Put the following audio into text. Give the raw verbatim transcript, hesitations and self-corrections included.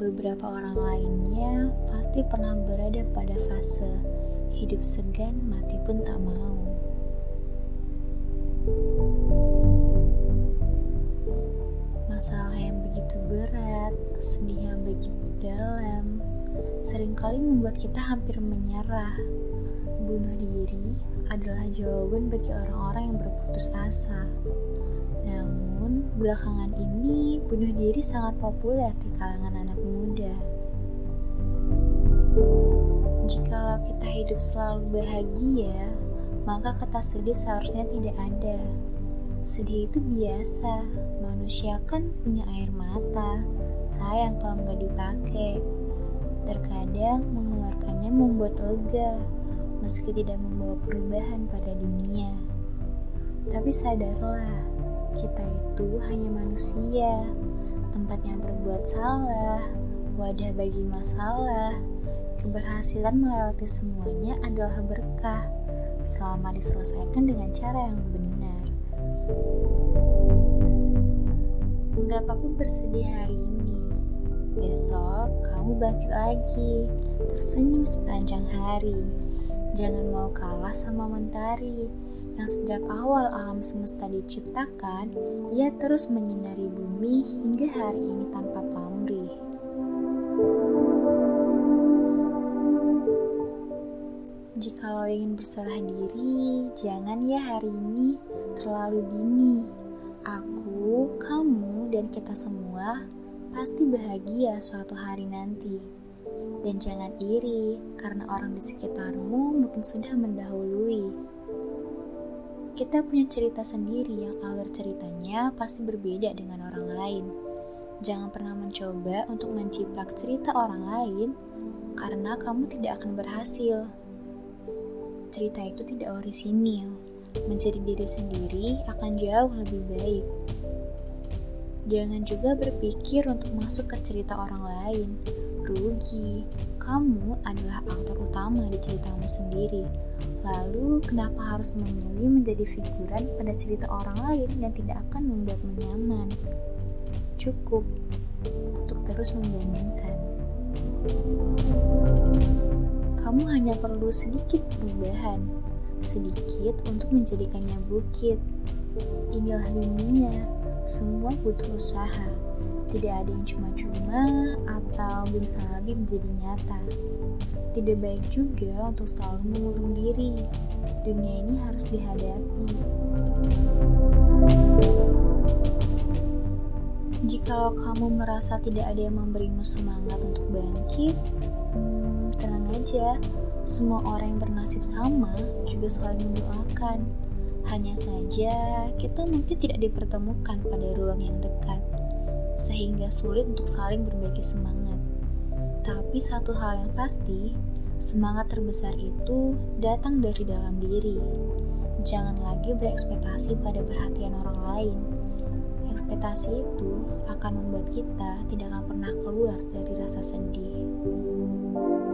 Beberapa orang lainnya pasti pernah berada pada fase hidup segan, mati pun tak mau. Masalah yang begitu berat, sedih yang begitu dalam, seringkali membuat kita hampir menyerah. Bunuh diri adalah jawaban bagi orang-orang yang berputus asa. Namun, belakangan ini bunuh diri sangat populer di kalangan anak muda. Jikalau kita hidup selalu bahagia, maka kata sedih seharusnya tidak ada. Sedih itu biasa, manusia kan punya air mata, sayang kalau nggak dipakai. Terkadang mengeluarkannya membuat lega, meski tidak membawa perubahan pada dunia. Tapi sadarlah, kita itu hanya manusia, tempatnya berbuat salah, wadah bagi masalah. Keberhasilan melewati semuanya adalah berkah, selama diselesaikan dengan cara yang benar. Gak apa-apa bersedih hari ini, besok kamu bangkit lagi, tersenyum sepanjang hari. Jangan mau kalah sama mentari, yang sejak awal alam semesta diciptakan, ia terus menyinari bumi hingga hari ini tanpa pamrih. Jikalau ingin berserah diri, jangan ya hari ini terlalu dini. Aku, kamu, dan kita semua pasti bahagia suatu hari nanti. Dan jangan iri, karena orang di sekitarmu mungkin sudah mendahului. Kita punya cerita sendiri yang alur ceritanya pasti berbeda dengan orang lain. Jangan pernah mencoba untuk menciplak cerita orang lain, karena kamu tidak akan berhasil. Cerita itu tidak orisinil. Menjadi diri sendiri akan jauh lebih baik. Jangan juga berpikir untuk masuk ke cerita orang lain. Rugi, kamu adalah aktor utama di ceritamu sendiri. Lalu, kenapa harus memilih menjadi figuran pada cerita orang lain yang tidak akan membuatmu nyaman? Cukup untuk terus membandingkan. Kamu hanya perlu sedikit perubahan, sedikit untuk menjadikannya bukit. Inilah dunia, semua butuh usaha. Tidak ada yang cuma-cuma atau bim salabi menjadi nyata. Tidak baik juga untuk selalu mengurung diri. Dunia ini harus dihadapi. Jikalau kamu merasa tidak ada yang memberimu semangat untuk bangkit, hmm, tenang aja. Semua orang yang bernasib sama juga saling mendoakan. Hanya saja kita mungkin tidak dipertemukan pada ruang yang dekat, sehingga sulit untuk saling berbagi semangat. Tapi satu hal yang pasti, semangat terbesar itu datang dari dalam diri. Jangan lagi berekspektasi pada perhatian orang lain. Ekspektasi itu akan membuat kita tidak akan pernah keluar dari rasa sedih.